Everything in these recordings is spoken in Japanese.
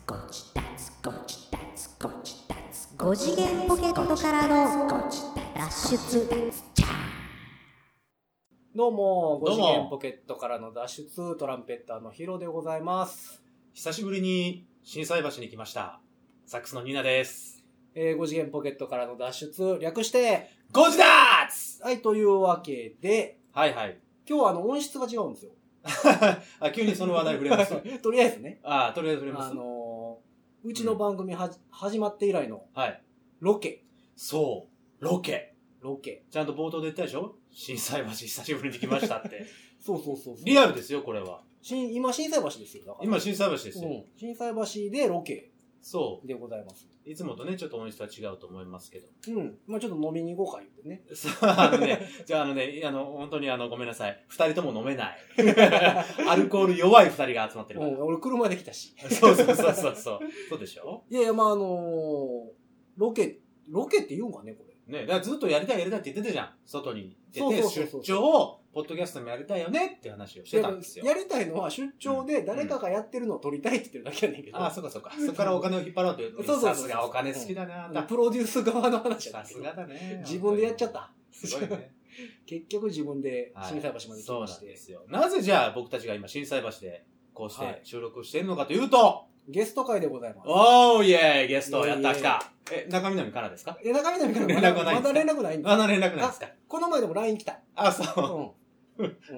5次元ポケットからの脱出。 どうも5次元ポケットからの脱出、トランペッターのヒロでございます。 久しぶりに心斎橋に来ました。サックスのニナです。 5次元ポケットからの脱出、略してゴジダーツ。 はい、というわけで、 はいはい。 今日は音質が違うんですよ。 あ、急にその話題触れますとりあえずね。 とりあえず触れます。 うちの番組始まって以来のロケ。 そう、ロケ。 ちゃんと冒頭で言ったでしょ、心斎橋久しぶりに来ましたって。 そう。 リアルですよ、これは。 今、心斎橋ですよ。だから今、心斎橋ですよ。 心斎橋でロケ。 そうでございます。 いつもとね、ちょっと音質は違うと思いますけど。 まあちょっと飲みに行こうか言ってね。 じゃあ本当にごめんなさい。二人とも飲めない。アルコール弱い二人が集まってるから。 俺車で来たし。 そう。そうでしょ。 いや、まあロケって言うんかね、これ。 ね、だからずっとやりたいって言ってたじゃん。外に出てそう出張を、ポッドキャストもやりたいよねって話をしてたんですよ。 やりたいのは出張で誰かがやってるのを撮りたいって言ってるだけやねんけど。 そうか。そこからお金を引っ張ろうという。さすがお金好きだな。 プロデュース側の話さすがだね。 自分でやっちゃった。 すごいね。 結局自分で心斎橋まで来まして。 そうなんですよ。なぜじゃあ僕たちが今心斎橋でこうして収録しているのかというと、 ゲスト会でございます。 おーイェーイ、ゲストやった来た。中南からですか？ 中南から連絡はないんですか？ まだ連絡ないんです。 まだ連絡ないですか？この前でも LINE 来た。 そう。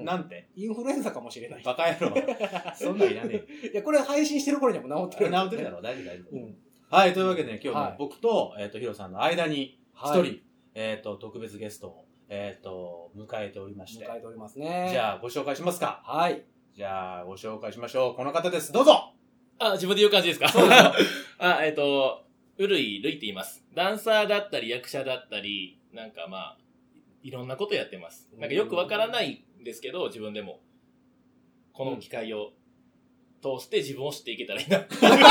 なんて？ インフルエンザかもしれない。 バカ野郎。そんなんいらねえ。いや、これ配信してる頃にはもう治ってる。 治ってるだろ、大丈夫。はい、というわけでね、今日僕と、ヒロさんの間に、一人、特別ゲストを、迎えておりまして。 迎えておりますね。 じゃあ、ご紹介しますか。 はい。 じゃあ、ご紹介しましょう。この方です。どうぞ。 自分で言う感じですか？そうですよ。うるいって言います。ダンサーだったり、役者だったり、なんかいろんなことやってます。なんかよくわからないんですけど、自分でも。この機会を通して自分を知っていけたらいいな。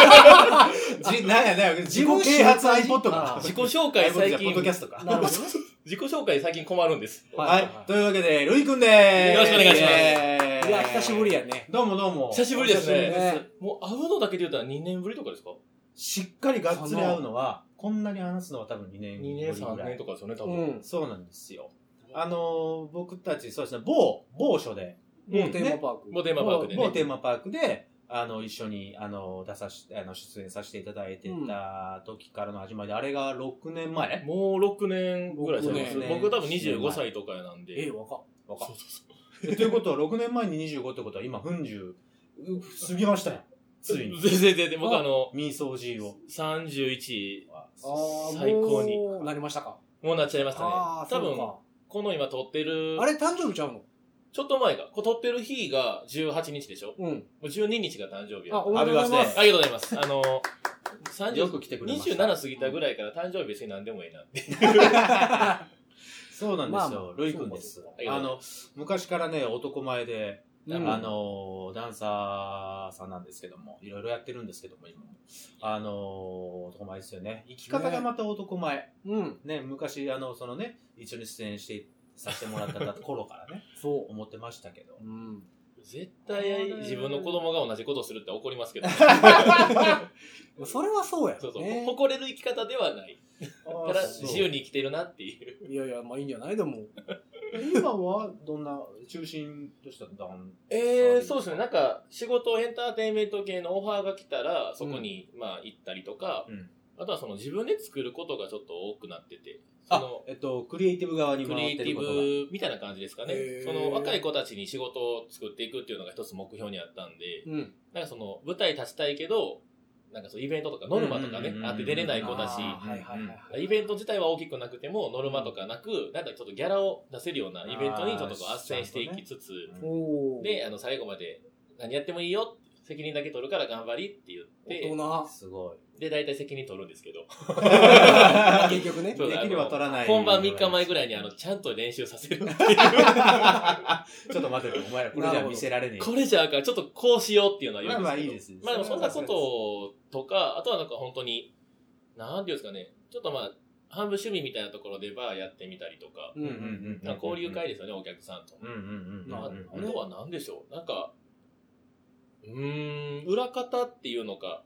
自己啓発 iPod か。 自己紹介最近。 ポッドキャストか。 自己紹介最近困るんです。 はい。というわけで、るいくんでーす。 よろしくお願いします。 いや、久しぶりやね。 どうも。 久しぶりですね。もう会うのだけで言ったら2年ぶりとかですか？ しっかりがっつり会うのは、こんなに話すのは多分2年ぶりぐらい。 2年3年とかですよね、多分。 そうなんですよ。僕たち、そうですね、某所で。 某テーマパーク。 某テーマパークでね。 某テーマパークで、一緒に、出演させていただいてた時からの始まりで、あれが6年前？ もう6年ぐらいですね。僕多分25歳とかなんで。 若。ということは、6年前に25ってことは、今、40過ぎましたよ。ついに。 全然、僕ミーソージーを。 31、最高に。 もうなりましたか？ もうなっちゃいましたね。多分、この今撮ってる。 あれ、誕生日ちゃうの？ ちょっと前が。撮ってる日が18日でしょ？もう12日が誕生日。 ありがとうございます。 ありがとうございます。 よく来てくれました。 27過ぎたぐらいから誕生日別に何でもいいなって。 そうなんですよ。ルイ君です。昔からね、男前で、ダンサーさんなんですけども、いろいろやってるんですけども、今も。男前ですよね。生き方がまた男前。ね、昔、一緒に出演させてもらった頃からね、そう思ってましたけど。 絶対自分の子供が同じことをするって怒りますけど。 それはそうや。 誇れる生き方ではない。ただ自由に生きてるなっていう。 いや、まあいいんじゃないでも。 今はどんな中心としたダンそうですね。なんか仕事エンターテインメント系のオファーが来たらそこに行ったりとか、あとは自分で作ることがちょっと多くなってて、 クリエイティブ側にクリエイティブみたいな感じですかね。若い子たちに仕事を作っていくっていうのが一つ目標にあったんで、なんか舞台立ちたいけど、なんかイベントとかノルマとかね、あって出れない子だし、イベント自体は大きくなくてもノルマとかなく、なんかちょっとギャラを出せるようなイベントにちょっと斡旋していきつつ、で、最後まで何やってもいいよ、責任だけ取るから頑張りって言って、 すごい。 で、大体責任取るんですけど。 結局ね。 できれば取らない。 本番3日前ぐらいにちゃんと練習させるっていう。ちょっと待って、お前らこれじゃ見せられねえ。 これじゃあかん、ちょっとこうしようっていうのは言うんですけど。 まあいいです。 まあでもそんなこととか、あとはなんか本当に、なんていうんですかね、ちょっと半分趣味みたいなところでバーやってみたりとか、交流会ですよね、お客さんと。あとは何でしょう、なんか、裏方っていうのか、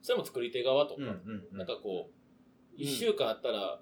それも作り手側とか、なんかこう、1週間あったら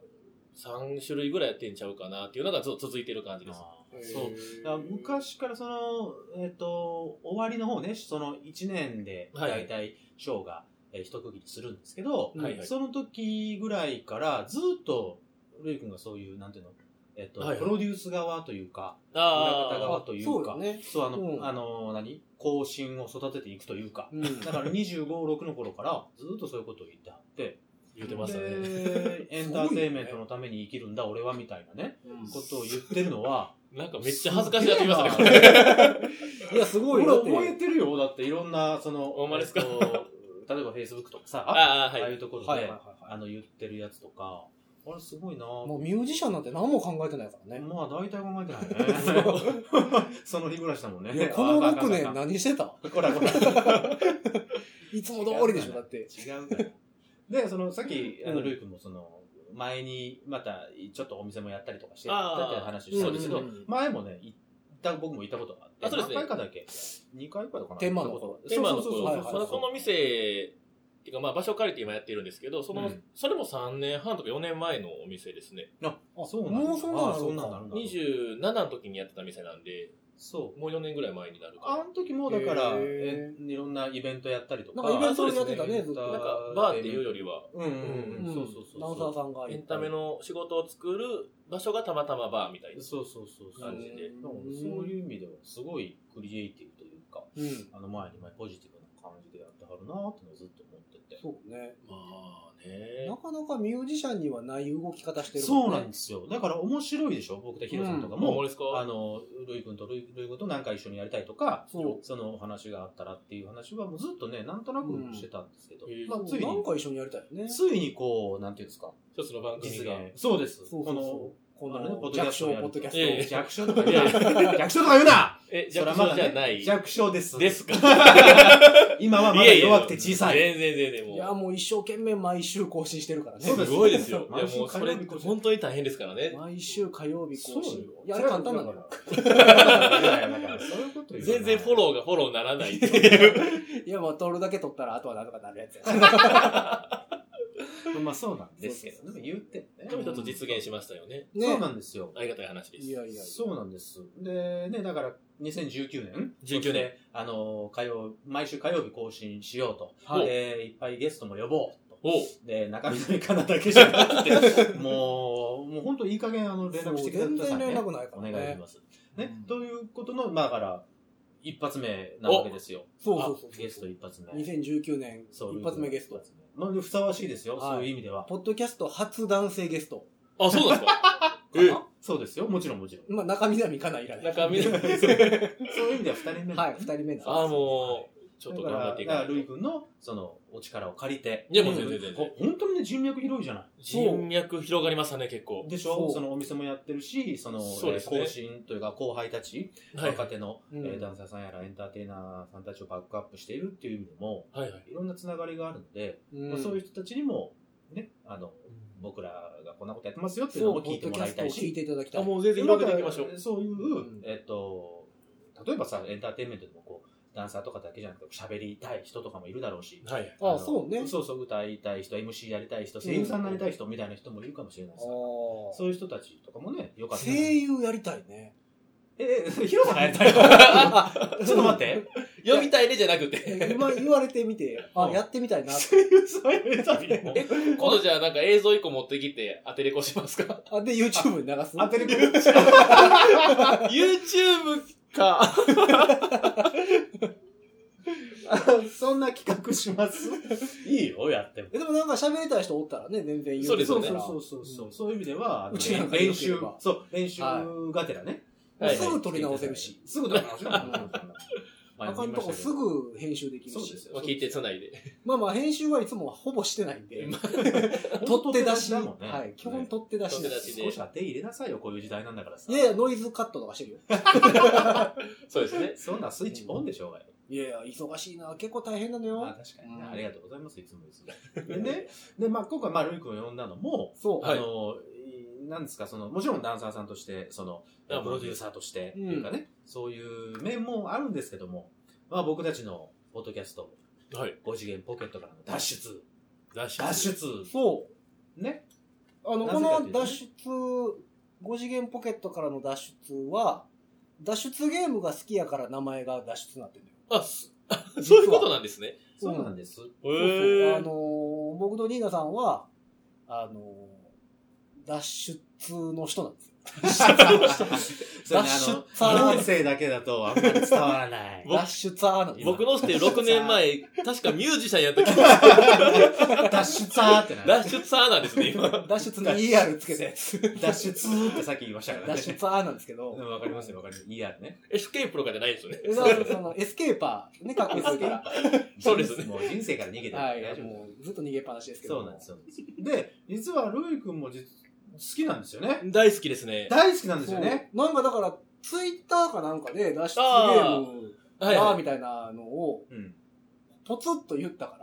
3種類ぐらいやってんちゃうかなっていうのがずっと続いてる感じです。 そう。だから昔からその、終わりの方ね、その1年で大体ショーが一区切りするんですけど、その時ぐらいからずっと、ルイ君がそういう、なんていうの、プロデュース側というか、裏方側というか、後進を育てていくというか、だから25、6の頃からずっとそういうことを言ってあって、 言ってましたね。 エンターテインメントのために生きるんだ、俺はみたいなね、ことを言ってるのは、 なんかめっちゃ恥ずかしいやついましたね。 いや、すごいよ。俺覚えてるよ。だっていろんな、その、 お前ですか例えば Facebook とかさ、ああいうところで、言ってるやつとか、あれすごいなぁ。 もうミュージシャンなんて何も考えてないからね。 まあ大体考えてないね。その日暮らしだもんね。 いや、この6年何してたこら。 いつも通りでしょ、だって。 違うから。で、さっき、ルイ君も前にまたちょっとお店もやったりとかしてたって話したんですけど、前もね、僕も行ったことがあって、何回かだっけ ?2 回かだかな。 天満の頃。 天満の頃。この店、っていうかまあ場所借りて今やってるんですけど、それも3年半とか4年前のお店ですね。 そうなんだ。もうそんなの27の時にやってた店なんで、 そう。 もう4年ぐらい前になるから。 あの時もだから、いろんなイベントやったりとか。 なんかイベントやってたね、ずっと。 なんかバーっていうよりは、 そう。ダンサーさんがエンタメの仕事を作る場所がたまたまバーみたいな感じで。 そういう意味ではすごいクリエイティブというか、前にポジティブな感じでやってはるなーってのをずっと思ってて。 そうね。 まあね。 なかなかミュージシャンにはない動き方してるもんね。そうなんですよ。だから面白いでしょ僕とヒロさんとかも。 ルイ君となんか一緒にやりたいとか、その話があったらっていう話はもうずっとね、なんとなくしてたんですけど。 ついに。なんか一緒にやりたいよね。 ついにこう、なんていうんですか。 一つの番組が。 そうです。 この弱小ポッドキャスト。 弱小とか言うな弱小じゃない。 弱小です。 ですか。 今はまだ弱くて小さい。 全然もう。いや、もう一生懸命毎週更新してるからね。 すごいですよ。いや、もうそれ、本当に大変ですからね。 毎週火曜日更新。いや、簡単だから。 全然フォローならないっていう。 いや、もう撮るだけ撮ったら、あとはなんとかなるやつや。 まあそうなんですけどね。言ってね。 でも一つ実現しましたよね。 そうなんですよ。 ありがたい話です。 いや。 そうなんです。で、ね、だから2019年。 19年。 毎週火曜日更新しようと。いっぱいゲストも呼ぼうと。で、中南かなだけじゃなくて、もう本当いい加減連絡してくださいね。 全然連絡ないからね。お願いします。ね。ということの、まあだから、一発目なわけですよ。 そう。 ゲスト一発目。 2019年一発目ゲスト。 まあ、ふさわしいですよ、そういう意味では。 ポッドキャスト初男性ゲスト。 あ、そうなんですかそうですよ、もちろん。 まあ、中南かないらない。 中南。 そういう意味では二人目。 はい、二人目です。 もう、ちょっと頑張っていかないと。 ルイ君の、お力を借りて。 いや、もう全然。 本当にね、人脈広いじゃない。 人脈広がりましたね、結構。 でしょそのお店もやってるし、後進というか後輩たち、若手のダンサーさんやらエンターテイナーさんたちをバックアップしているっていう意味でも、いろんなつながりがあるので、そういう人たちにも、ね、僕らがこんなことやってますよっていうのも聞いてもらいたいし。 聞いていただきたい。 もう全然広げていきましょう。 そういう、例えばさ、エンターテインメントでもダンサーとかだけじゃなくて喋りたい人とかもいるだろうし。 そうね。 そう、歌いたい人、MC やりたい人、声優さんになりたい人みたいな人もいるかもしれないですから。そういう人たちとかもね、よかった。 声優やりたいね。 ヒロさんがやりたいのちょっと待って。 読みたいねじゃなくて。 今言われてみて、やってみたいな。 声優さんやりたいの今度じゃあなんか映像1個持ってきて当てレコしますかで、YouTube に流す当てレコ YouTube か。 そんな企画しますいいよ、やっても。 でもなんか喋りたい人おったらね、全然言う。 そうですよね。 そういう意味では、 練習がてらね。 すぐ撮り直せるし。 すぐ撮り直せる。 あかんとこすぐ編集できるし。 そうですよ。聞いてつないで。 まあ編集はいつもほぼしてないんで。取って出しだもんね。はい。基本取って出し。 少し手入れなさいよ、こういう時代なんだからさ。 いや、ノイズカットとかしてるよ。 そうですね。 そんなスイッチオンでしょうがよ。 いや、忙しいな。結構大変なのよ。 確かにね。ありがとうございます、いつもです。で、まあ今回、ルイ君を呼んだのも、なんですか、もちろんダンサーさんとして、プロデューサーとして、っていうかね、そういう面もあるんですけども、まあ僕たちのポッドキャスト、 はい。 5次元ポケットからの脱出。 脱出。 そう。 ね。 この脱出、5次元ポケットからの脱出は、脱出ゲームが好きやから名前が脱出になってるんだよ。 あ、そういうことなんですね。 そうなんです。 僕とニーナさんは、脱出の人なんですよ。 音声だけだとあんまり伝わらない。 脱出なんです。 僕のして6年前、確かミュージシャンやったけど。 脱出ってな。 脱出なんですね、今。 脱出に ER つけて。 脱出ってさっき言いましたからね。 脱出なんですけど。 わかりますよ、わかります。ER ね。 エスケープとかじゃないですよね。 そのエスケーパー、ね、かっこいいですから。 そうですね。 もう人生から逃げてる。 はい、もうずっと逃げっぱなしですけど。 そうなんですよ。で、実はロイ君も好きなんですよね。 大好きですね。 大好きなんですよね。 なんかだから、ツイッターかなんかで脱出ゲームだみたいなのを、ポツッと言ったから、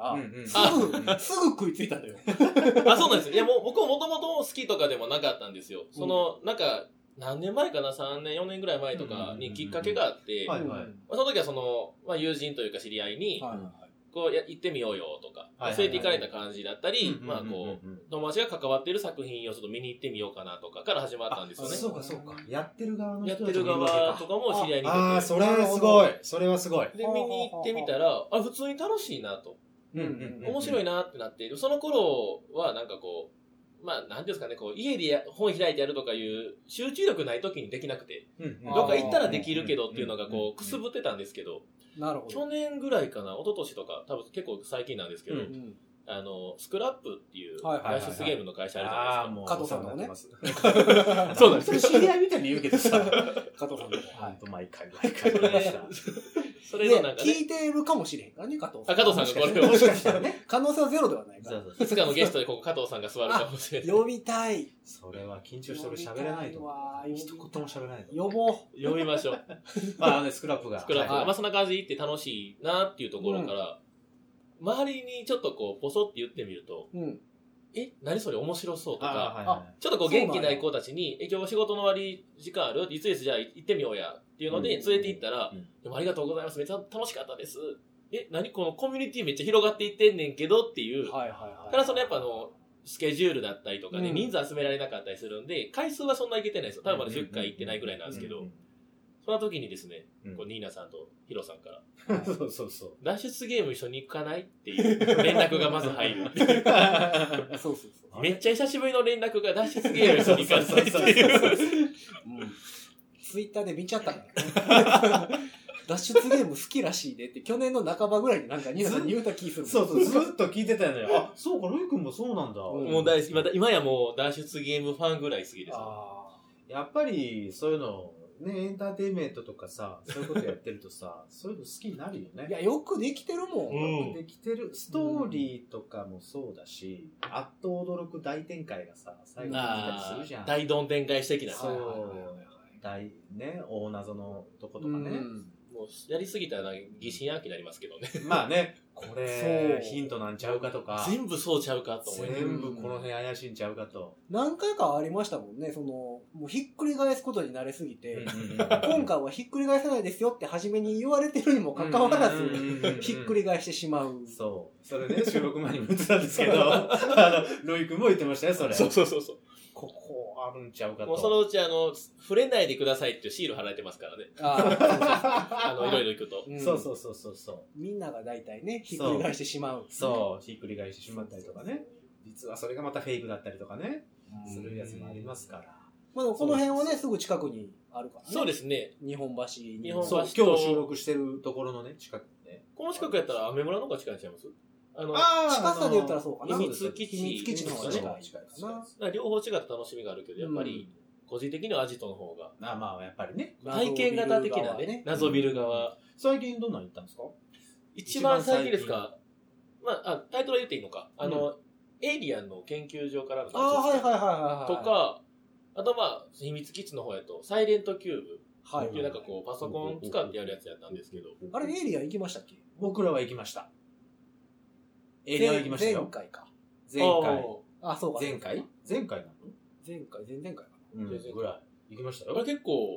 すぐ食いついたんだよ。 あ、そうなんですよ。いや、もう僕もともと好きとかでもなかったんですよ。なんか、何年前かな ?3 年、4年ぐらい前とかにきっかけがあって、その時は友人というか知り合いに、こう行ってみようよとか、連れて行かれた感じだったり、友達が関わっている作品をちょっと見に行ってみようかなとかから始まったんですよね。 そうかそうか。やってる側の人やってる側とかも知り合いにいて。 ああ、それはすごい。それはすごい。 で、見に行ってみたら、普通に楽しいなと。面白いなってなって、その頃はなんかこう、なんていうんですかね、家で本開いてやるとかいう集中力ない時にできなくて、どっか行ったらできるけどっていうのがくすぶってたんですけど、 なるほど。 去年ぐらいかな、一昨年とか、多分結構最近なんですけど、スクラップっていう脱出ゲームの会社あるじゃないですか。 加藤さんのね。 そうなんです。 知り合いみたいに言うけどさ、 加藤さんの。 ほんと毎回言いました。 それでなんかね。聞いてるかもしれへんからね、加藤さん。 加藤さんがこれを。 もしかしたらね。可能性はゼロではないから。 いつかのゲストでここ加藤さんが座るかもしれない。 呼びたい。 それは緊張して俺喋れないと思う。一言も喋れないと思う。呼ぼう。 呼びましょう。 スクラップが。 スクラップ。そんな感じで行って楽しいなっていうところから、周りにちょっとポソって言ってみると、何それ面白そうとか、ちょっと元気ない子たちに、今日仕事の終わり時間ある？いつじゃあ行ってみようやっていうので連れて行ったら、でもありがとうございます。めっちゃ楽しかったです。何このコミュニティめっちゃ広がっていってんねんけどっていう。ただそのやっぱスケジュールだったりとかで人数集められなかったりするんで、回数はそんな行けてないですよ。多分まだ10回行ってないぐらいなんですけど、その時にですね、ニーナさんとヒロさんから、脱出ゲーム一緒に行かないっていう連絡がまず入る。めっちゃ久しぶりの連絡が脱出ゲーム一緒に行かないっていう。 ツイッターで見ちゃったからね。脱出ゲーム好きらしいでって去年の半ばぐらいになんかニーナさんに言うた気する。 ずっと聞いてたよね。あ、そうか、ロイ君もそうなんだ。 もう大好き。今やもう脱出ゲームファンぐらい好きです。 やっぱりそういうの、エンターテインメントとかさ、そういうことやってるとさ、そういうの好きになるよね。 いや、よくできてるもん。 よくできてる。ストーリーとかもそうだし、あっと驚く大展開がさ、最後に来たりするじゃん。 大どん展開的な。 そう。大謎のとことかね。 もうやりすぎたら疑心暗鬼になりますけどね。 これ、ヒントなんちゃうかとか。 全部そうちゃうかと思います。 全部この辺怪しいんちゃうかと。 何回かありましたもんね。もうひっくり返すことに慣れすぎて、今回はひっくり返さないですよって初めに言われてるにもかかわらず、ひっくり返してしまう。 そう。それね、収録前にも言ってたんですけど、ロイ君も言ってましたよ、それ。 そう。 ここあるんちゃうかと。 もうそのうち触れないでくださいっていうシール貼られてますからね。いろいろ行くと。 そう。 みんなが大体ね、ひっくり返してしまう。 そう、ひっくり返してしまったりとかね。実はそれがまたフェイクだったりとかね。するやつもありますから。 でもこの辺はね、すぐ近くにあるからね。 そうですね。 日本橋に。 そう、今日収録してるところのね、近くね。 この近くやったら、アメ村の方が近いんちゃいます？ 近さで言ったらそうかな。 秘密基地の方が近いかな。両方違った楽しみがあるけど、やっぱり、個人的にはアジトの方が。 やっぱりね。 体験型的なね。謎ビル側。 最近どんなん行ったんですか？ 一番最近ですか？タイトルは言っていいのか。エイリアンの研究所からの。とか、あと秘密基地の方やと、サイレントキューブ。っていうなんかパソコン使ってやるやつやったんですけど。 あれ、エイリアン行きましたっけ？ 僕らは行きました。エイリアン行きましたよ。 前回か。 前回。 そうか。 前回なの？ 前々回かな。 ぐらい。行きましたよ。 あれ結構、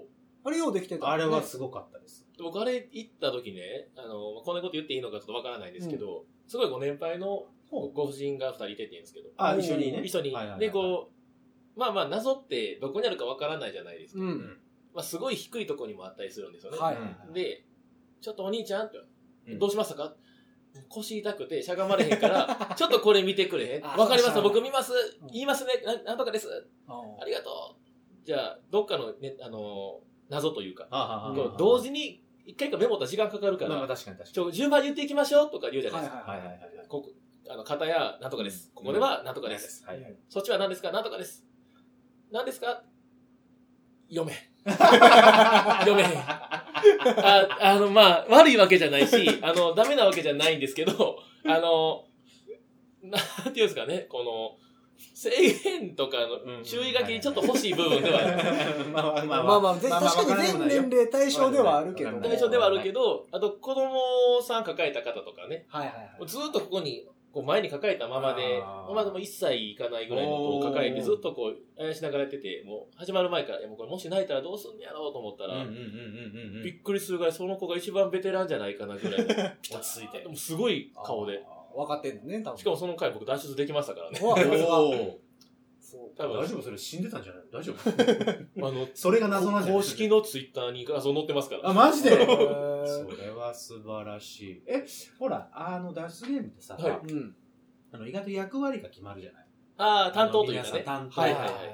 あれようできてた、ね。 あれはすごかったです。 僕あれ行った時ね、こんなこと言っていいのかちょっとわからないんですけど、すごいご年配のご婦人が2人いててんですけど。 一緒にね。 一緒に。で、こう、まあまあ謎ってどこにあるかわからないじゃないですか。まあすごい低いところにもあったりするんですよね。で、ちょっとお兄ちゃんって、どうしましたか？腰痛くてしゃがまれへんから、ちょっとこれ見てくれへん。わかります、僕見ます。言いますね。なんとかです。ありがとう。じゃあ、どっかのね、謎というか、同時に一回かメモったら時間かかるから、 確かに順番に言っていきましょうとか言うじゃないですか。肩やなんとかです。ここではなんとかです。そっちは何ですか？なんとかです。何ですか？読め。読めへん。まあ、悪いわけじゃないし、ダメなわけじゃないんですけど、なんていうんですかね、この、制限とかの注意書きにちょっと欲しい部分ではある。 まあ、確かに全年齢対象ではあるけど。 対象ではあるけど、あと子供さん抱えた方とかね、ずっとここに、こう前に抱えたままで、まだもう1歳いかないぐらいの子を抱えてずっとこう、あやしながらやってて、もう始まる前から、もうこれもし泣いたらどうすんのやろうと思ったら、びっくりするぐらいその子が一番ベテランじゃないかなぐらい、ピタついて。でもすごい顔で。 分かってんのね、多分。 しかもその回僕脱出できましたからね。 多分大丈夫？それ死んでたんじゃない？大丈夫？それが謎なんじゃない？ 公式のツイッターに画像載ってますから。 マジで？それは素晴らしい。ほら、脱出ゲームってさ、意外と役割が決まるじゃない？ 担当というかね。 担当。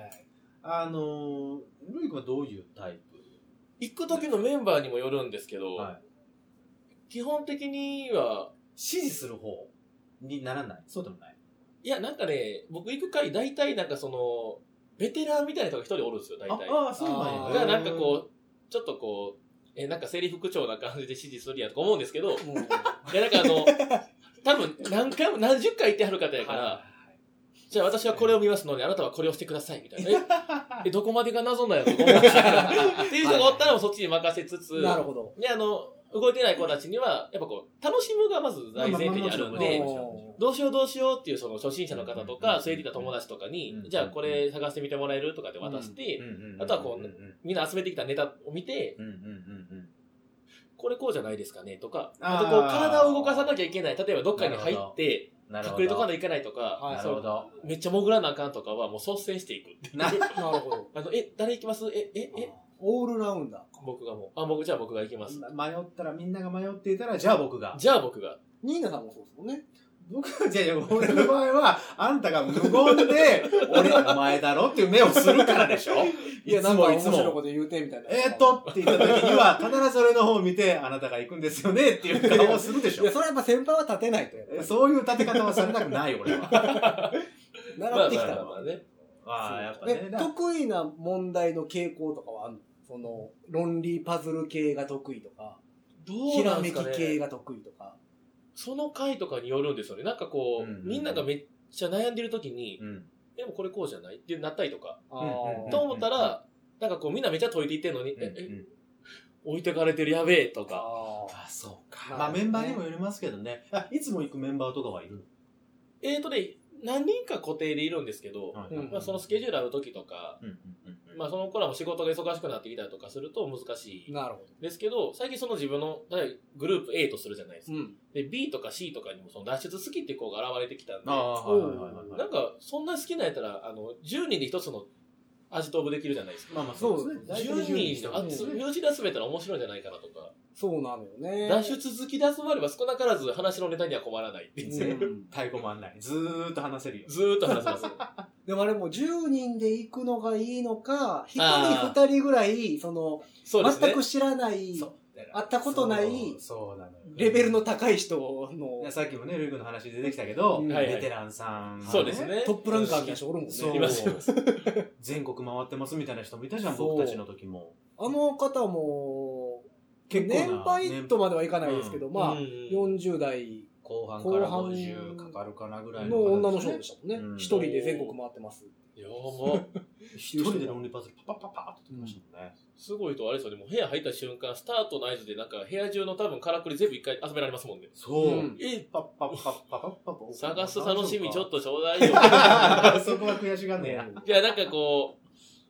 ルイ君はどういうタイプ？ 行く時のメンバーにもよるんですけど、基本的には、 指示する方にならない？そうでもない？ いや、なんかね、僕行く回、大体なんかベテランみたいな人が一人おるんですよ、大体。 そうなんや。 がなんかこう、ちょっとこう、なんかセリフ口調な感じで指示するやとか思うんですけど、いや、なんか多分何回も何十回言ってはる方やから、じゃあ私はこれを見ますので、あなたはこれをしてください、みたいな。どこまでが謎なんやとか思うんですよ。っていう人がおったらもそっちに任せつつ、 なるほど。 で、動いてない子たちには、やっぱこう、楽しむがまず大前提にあるんで、どうしようっていうその初心者の方とか、そういう友達とかに、じゃあこれ探してみてもらえるとかって渡して、あとはこう、みんな集めてきたネタを見て、これこうじゃないですかねとか、あとこう、体を動かさなきゃいけない。例えばどっかに入って、隠れとかないといけないとか、めっちゃ潜らなあかんとかはもう率先していく。 なるほど。 誰行きます？ オールラウンダー。 僕がもう。じゃあ僕が行きます。 迷ったら、みんなが迷っていたら、じゃあ僕が。 ニーナさんもそうですもんね。 俺の場合は、あんたが無言で、俺、お前だろっていう目をするからでしょ？ いや、なんか面白いこと言うて、みたいな。 って言った時には、必ず俺の方を見て、あなたが行くんですよねっていう顔をするでしょ？ いや、それはやっぱ先輩は立てないと。 そういう立て方はされたくない、俺は。 習ってきたら。 やっぱね。 得意な問題の傾向とかはあるの？論理パズル系が得意とか、ひらめき系が得意とか。 その回とかによるんですよね。なんかこう、みんながめっちゃ悩んでる時に、でもこれこうじゃないってなったりとか、と思ったら、なんかこうみんなめっちゃ解いていってんのに、置いてかれてるやべえとか。 そうか。まあメンバーにもよりますけどね。いつも行くメンバーとかはいるの？ 何人か固定でいるんですけど、そのスケジュールある時とか、その頃はも仕事が忙しくなってきたりとかすると難しいですけど、最近その自分のグループ A とするじゃないですか。で B とか C とかにもその脱出好きって子が現れてきたんで、なんかそんな好きなんやったら10人で一つのアジトーブできるじゃないですか。 そうですね。 10人身内で集めたら面白いんじゃないかなとか。 そうなのよね。 脱出好きで集まれば少なからず話のネタには困らないっていう。 太鼓もあんない。ずーっと話せるよ。 ずーっと話せます。 でもあれも10人で行くのがいいのか、1人2人ぐらい、全く知らない、会ったことないレベルの高い人の。 さっきもね、ルイ君の話出てきたけど、ベテランさん。 そうですね。 トップランカーみたいな人おるもんね。 います。 全国回ってますみたいな人もいたじゃん、僕たちの時も。 あの方も、年配とまではいかないですけど、40代後半から50かかるかなぐらいの女の人でしたもんね。一人で全国回ってます。 いやもう一人でロンリーパズルパッパッパッパッと撮ってましたもんね。 すごい人あれですよね。もう部屋入った瞬間、スタートの合図でなんか部屋中の多分カラクリ全部一回集められますもんね。 そう。 パッパッパッパッパッ探す楽しみちょっとちょうだいよ。 そこは悔しがんねや。 いやなんかこう、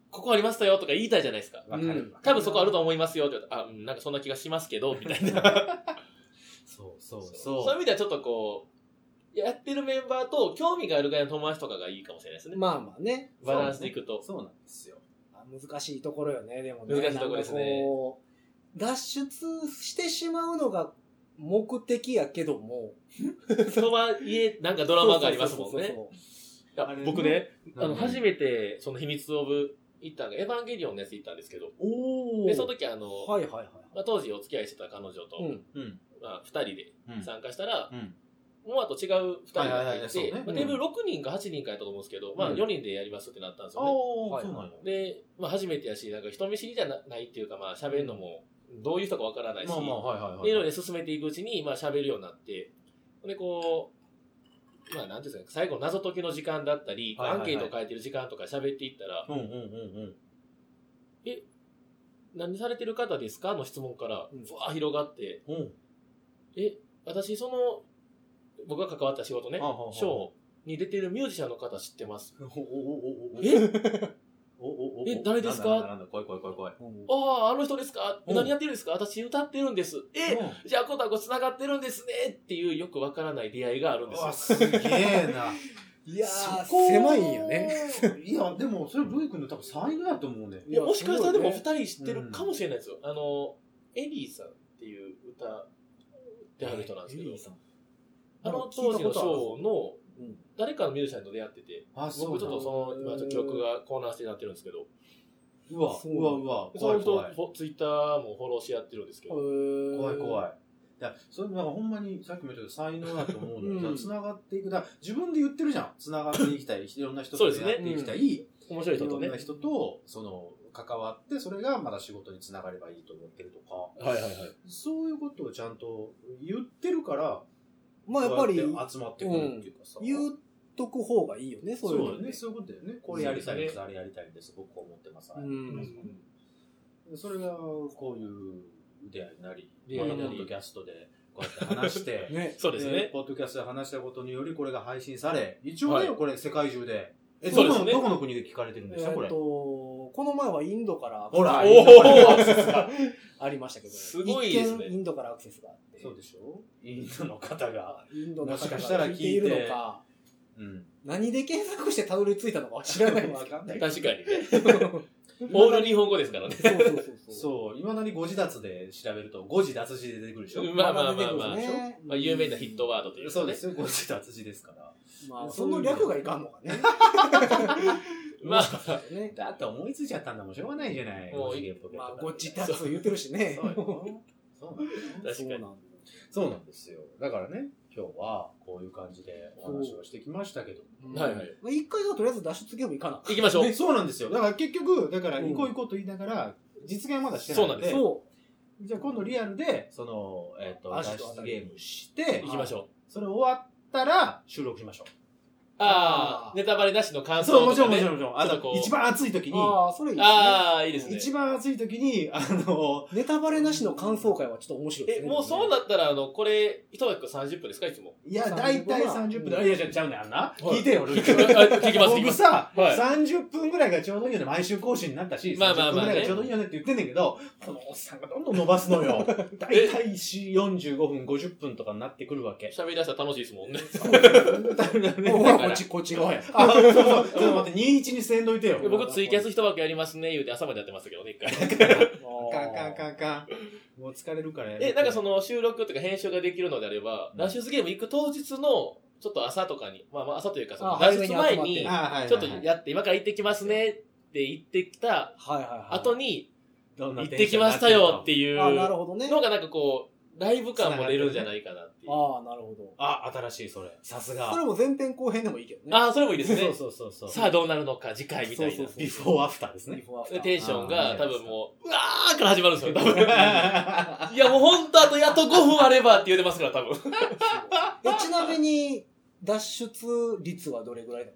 ここありましたよとか言いたいじゃないですか。 わかる。 多分そこあると思いますよって言われたら、なんかそんな気がしますけど、みたいな。そういう意味ではちょっとこう、やってるメンバーと興味があるぐらいの友達とかがいいかもしれないですね。 まあね。 バランスでいくと。 そうなんですよ。 難しいところよね、でもね。 難しいところですね。 脱出してしまうのが目的やけども。 とはいえ、なんかドラマがありますもんね。僕ね、初めてその秘密オブ行ったのがエヴァンゲリオンのやつ行ったんですけど、で、その時当時お付き合いしてた彼女と、2人で参加したら、もうあと違う2人がいて、テーブル6人か8人かやったと思うんですけど、4人でやりますってなったんですよね。で、初めてやし、なんか人見知りじゃないっていうか、喋るのもどういう人かわからないし、いろいろ進めていくうちに喋るようになって、で、こう、なんていうんですかね、最後謎解きの時間だったり、アンケートを書いてる時間とか喋っていったら、何されてる方ですかの質問からふわー広がって、私僕が関わった仕事ね、ショーに出てるミュージシャンの方知ってます。誰ですか？ 怖い。 あの人ですか？何やってるんですか？私歌ってるんです。じゃあコタコ繋がってるんですねっていうよくわからない出会いがあるんですよ。 すげえな。 いやー、狭いんよね。 いや、でもそれルイ君の多分才能だと思うね。 もしかしたらでも2人知ってるかもしれないですよ。エリーさんっていう歌である人なんですけど、当時のショーの誰かのミュージシャンと出会ってて、僕ちょっと今記憶が混乱してなってるんですけど、 うわ。 その人、ツイッターもフォローし合ってるんですけど、 怖い。それなんかほんまにさっきも言ったけど才能だと思うのよ。繋がっていく。自分で言ってるじゃん。繋がっていきたい。いろんな人と出会っていきたい。 面白い人とね。 いろんな人と、関わって、それがまだ仕事に繋がればいいと思ってるとか。そういうことをちゃんと言ってるから、 やっぱり集まってくるっていうかさ。 言うとく方がいいよね、 そういうことだよね。これやりたいです、あれやりたいです、僕は思ってます。それがこういう出会いになり、ポッドキャストでこうやって話して、 そうですね。 ポッドキャストで話したことによりこれが配信され、一応ね、これ世界中で。 そうですね。 どこの国で聞かれてるんですか、これ。 この前はインドからほら、 アクセスがありましたけど、 すごいですね。 インドからアクセスがあって。 そうでしょ？インドの方が。 もしかしたら聞いているのか、何で検索してたどり着いたのか知らないのか分かんない。 確かにね。オール日本語ですからね。 そう。未だに誤字脱で調べると、誤字脱字で出てくるでしょ。 まあ有名なヒットワードというか。 そうですよ、誤字脱字ですから。 その略がいかんのかね。 だって思いついちゃったんだもん、しょうがないじゃない。 誤字脱言ってるしね。 そうなんですよ。だからね、今日はこういう感じでお話をしてきましたけど。 一回とりあえず脱出ゲーム行かな。 行きましょう。 そうなんですよ。だから結局、行こうと言いながら、実現はまだしてないので。じゃあ今度リアルで、脱出ゲームして、 行きましょう。 それ終わったら収録しましょう。 ネタバレなしの感想とか、ね。 そう、もちろん。一番暑い時に。 それいいですね。 いいですね。 一番暑い時に、 ネタバレなしの感想会はちょっと面白いですね。 もうそうだったら、これ、一枠30分ですか、いつも。 いや、だいたい30分で。いや、ちゃうねんな。聞いてよ、 聞きます。 僕さ、30分ぐらいがちょうどいいよね。毎週更新になったし、30分ぐらいがちょうどいいよねって言ってんねんけど、このおっさんがどんどん伸ばすのよ。だいたい45分、50分とかになってくるわけ。 喋り出したら楽しいですもんね。 こっち側や。 そう。ちょっと待って、21にせんどいてよ。 僕ツイキャス一枠やりますね、言うて朝までやってましたけどね、一回。 あかん。もう疲れるからなんかその収録とか編集ができるのであれば、脱出ゲーム行く当日の、ちょっと朝とかに、朝というかその脱出前に、ちょっとやって、今から行ってきますねって言ってきた後に、行ってきましたよっていうのがなんかこう、ライブ感も出るんじゃないかなっていう。 なるほど。 新しいそれ。さすが。 それも前編後編でもいいけどね。 それもいいですね。 そう。 さあどうなるのか、次回みたいな。 ビフォーアフターですね。 テンションが多分もう、うわーから始まるんですよ、多分。いやもうほんとあとやっと5分あればって言うてますから、多分。 ちなみに、脱出率はどれぐらいだ？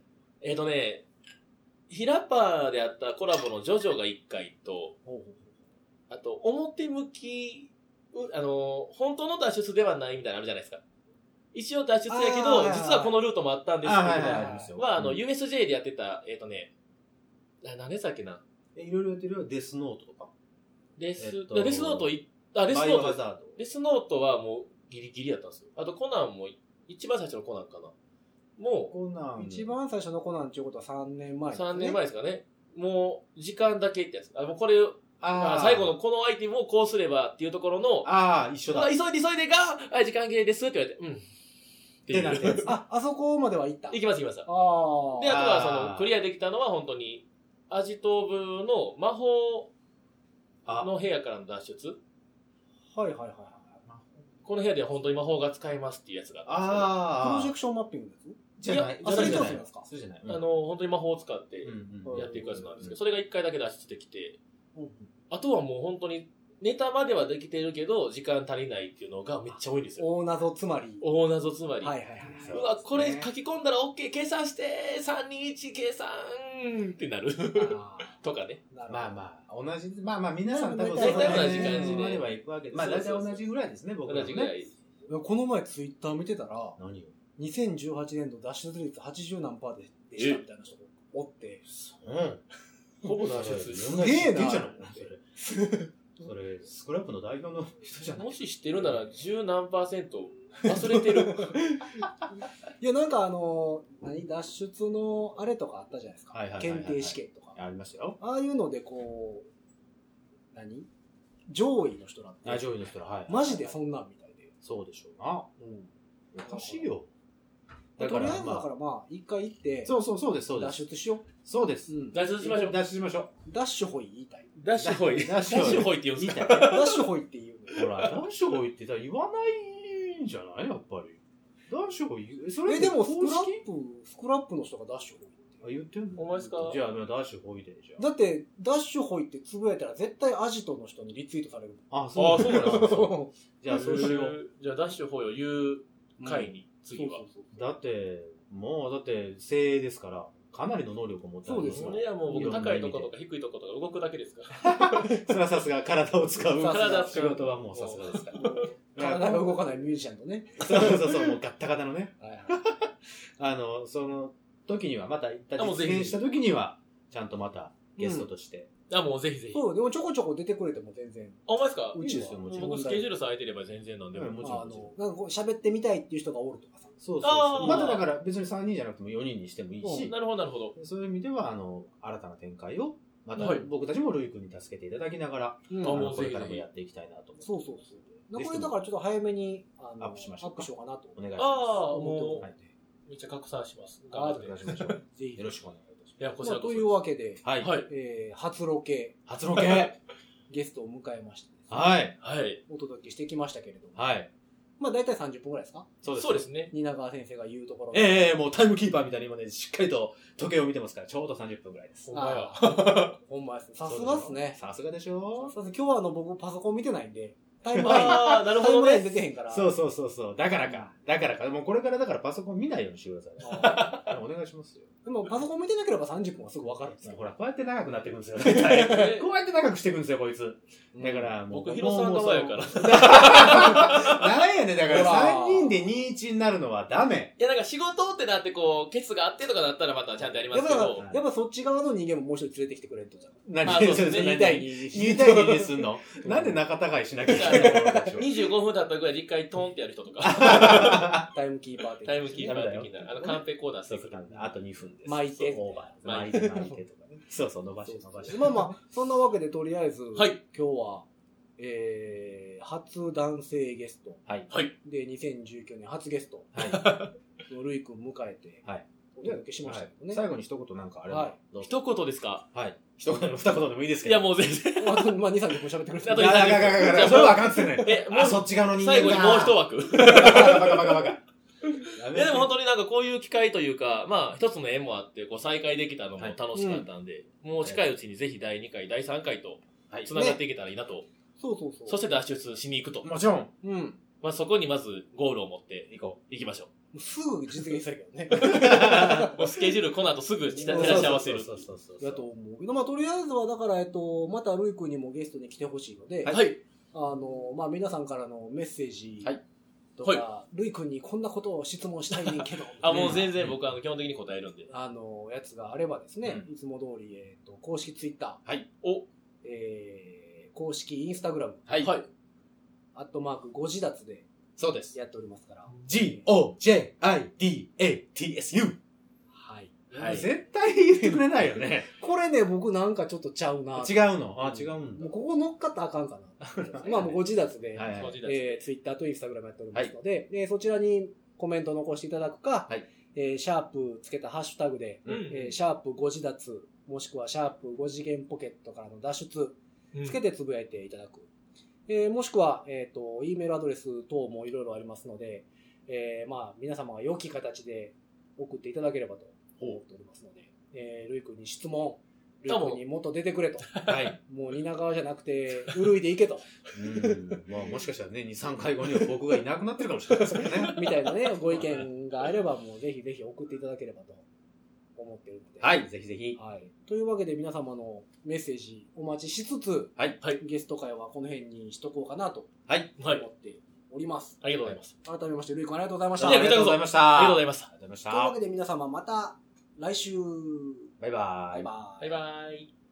ヒラパーであったコラボのジョジョが1回と、あと、表向き、本当の脱出ではないみたいなのあるじゃないですか。一応脱出やけど、実はこのルートもあったんですけど、USJ でやってた、何でしたっけな。 いろいろやってるよ。デスノートとか。 デスノートデスノートはもうギリギリやったんですよ。あとコナンも一番最初のコナンかな。もう、 コナン一番最初のコナンっていうことは3年前ですね。 3年前ですかね。もう、時間だけってやつ。もうこれ、最後のこのアイテムをこうすればっていうところの、 一緒だ。 急いでが、時間切れですって言われて、 ってなったやつ。あそこまでは行った。 行きました。で、あとはクリアできたのは本当に、アジト部の魔法の部屋からの脱出。 はい。 この部屋では本当に魔法が使えますっていうやつがあったんですよ。プロジェクションマッピングですじゃない。 それじゃないですか。 本当に魔法を使ってやっていくやつなんですけど、それが1回だけ脱出できて、あとはもう本当にネタまではできてるけど、時間足りないっていうのがめっちゃ多いんですよ。 大謎つまり。 大謎つまり。 はい。 うわ、これ書き込んだら OK、計算して、321計算ってなる。とかね。 まあ、同じ、皆さん多分大体同じ感じで。 は行くわけで。大体同じぐらいですね、僕らね。 同じぐらい。 この前ツイッター見てたら、 何よ。 2018年度脱出率80何%でしたみたいな人がおって。 ほぼ脱出。 すげえな。 それ、スクラップの代表の人じゃない。 もし知ってるなら10何%忘れてる。 いや、なんか脱出のあれとかあったじゃないですか。検定試験とか。 ありましたよ。 ああいうので上位の人なんて。 上位の人ら、はい。 マジでそんなんみたいで。 そうでしょうな。おかしいよ。 とりあえずだから一回行って。 そうです。 脱出しよう。 そうです。 脱出しましょう。 脱出しましょう。 ダッシュホイ言いたい。 ダッシュホイって言うんですか？ ダッシュホイって言うほら、ダッシュホイって言わないんじゃないやっぱり。ダッシュホイ、それでもスクラップの人がダッシュホイって言ってんの？ お前ですか？ じゃあ、ダッシュホイでじゃだって、ダッシュホイってつぶやいたら絶対アジトの人にリツイートされる。 そうなんですか。 じゃあ、そうしよう。 じゃあ、ダッシュホイを言う回に、次は。 だって、精鋭ですから、かなりの能力を持ってる。 そうですよね。 いや、もう僕、高いとことか低いとことか動くだけですから。 それはさすが体を使う。 体仕事はもうさすがですから。 体が動かないミュージシャンとね。 そう、もうガッタガタのね。その時には、また実現した時には、ちゃんとまたゲストとして。 もうぜひぜひ。 そう、でもちょこちょこ出てくれても全然。 あ、お前ですか？ うちですよ、もちろん。 僕スケジュールさえ空いてれば全然なんでも。 もちろん。なんか喋ってみたいっていう人がおるとかさ。 そう。まただから別に3人じゃなくても4人にしてもいいし。 なるほど。 そういう意味では、新たな展開を、また僕たちもルイ君に助けていただきながら、これからもやっていきたいなと思って。 そう。これだからちょっと早めにアップしましょう。 アップしようかなと。 お願いします。 もう、めっちゃ拡散します。 頑張ってください。ぜひよろしくお願いいたします。 いや、こちらというわけで、 初ロケゲストを迎えまして、お届けしてきましたけれども、まあ大体30分ぐらいですか？ そうですね。 蜷川先生が言うところ。 もうタイムキーパーみたいに今ね、しっかりと時計を見てますから、ちょうど30分ぐらいです。 ほんまや。ほんまです。さすがっすね。 さすがでしょ？ 今日は僕パソコン見てないんで、タイムライン出てへんから。 そう。だからか。もうこれからだからパソコン見ないようにしてください。お願いしますよ。 でもパソコン見てなければ30分はすぐ分かるんですよ。 ほら、こうやって長くなっていくんですよ。こうやって長くしていくんですよ、こいつ。だからもう。 僕、ヒロさん側やから。 なんやねん、だから3人で2-1になるのはダメ。 いや、なんか仕事ってなってケツがあってとかだったらまたちゃんとやりますけど。 やっぱそっち側の人間ももう一人連れてきてくれんとじゃん。 2対2にすんの？なんで仲違いしなきゃいけないの ？25分だったぐらいで一回トンってやる人とか。 タイムキーパー的な。タイムキーパー的な。カンペコーダーする。 あと2分です。 巻いて。 巻いてとかね。そう、伸ばして。 まあ、そんなわけでとりあえず、今日は、初男性ゲスト。で、2019年初ゲスト。のるいくん迎えて、お届けしましたけどね。 最後に一言なんかあれば。 一言ですか？ 一言、二言でもいいですけど。 いや、もう全然。 まあ、2、30分喋ってくれて。 それはあかんっつってね。そっち側の人間最後にもう一枠。 バカ。 いやでも本当になんかこういう機会というか、まあ一つの縁もあって、再会できたのも楽しかったんで、もう近いうちにぜひ第2回、第3回と繋がっていけたらいいなと。 そう。 そして脱出しに行くと。 もちろん。 まあそこにまずゴールを持って行きましょう。すぐ実現したけどね。 もうスケジュールこの後すぐ照らし合わせる。 だと思うけど、まあとりあえずはだからまたルイ君にもゲストに来てほしいので、まあ皆さんからのメッセージとか、ルイ君にこんなことを質問したいねんけど。 もう全然僕基本的に答えるんで。 やつがあればですね、いつも通り、公式ツイッター。 はい。 公式インスタグラム。 はい。 ご自立で。 そうです。 やっておりますから。 GOJIDATSU。 はい。 絶対言ってくれないよね。 これね、僕なんかちょっとちゃうな。 違うの？違うんだ。 もうここ乗っかったらあかんかな。もうご自立で、ツイッターとインスタグラムやっておりますので、そちらにコメント残していただくか、シャープつけたハッシュタグで、シャープご自立、もしくはシャープ5次元ポケットからの脱出、つけてつぶやいていただく。もしくは、E メールアドレス等もいろいろありますので、皆様が良き形で送っていただければと思っておりますので、ルイ君に質問、ルイ君にもっと出てくれと。はい。もう蜷川じゃなくて、うるいでいけと。 もしかしたらね、2、3回後には僕がいなくなってるかもしれないですけどね。 みたいなね、ご意見があれば、もうぜひぜひ送っていただければと思っているので。 はい、ぜひぜひ。 はい。というわけで皆様のメッセージお待ちしつつ、 はい。 ゲスト会はこの辺にしとこうかなと。 はい。 思っております。 ありがとうございます。 改めまして、ルイ君ありがとうございました。 ありがとうございました。 ありがとうございました。 というわけで皆様また、来週。 バイバイ。 バイバイ。 バイバイ。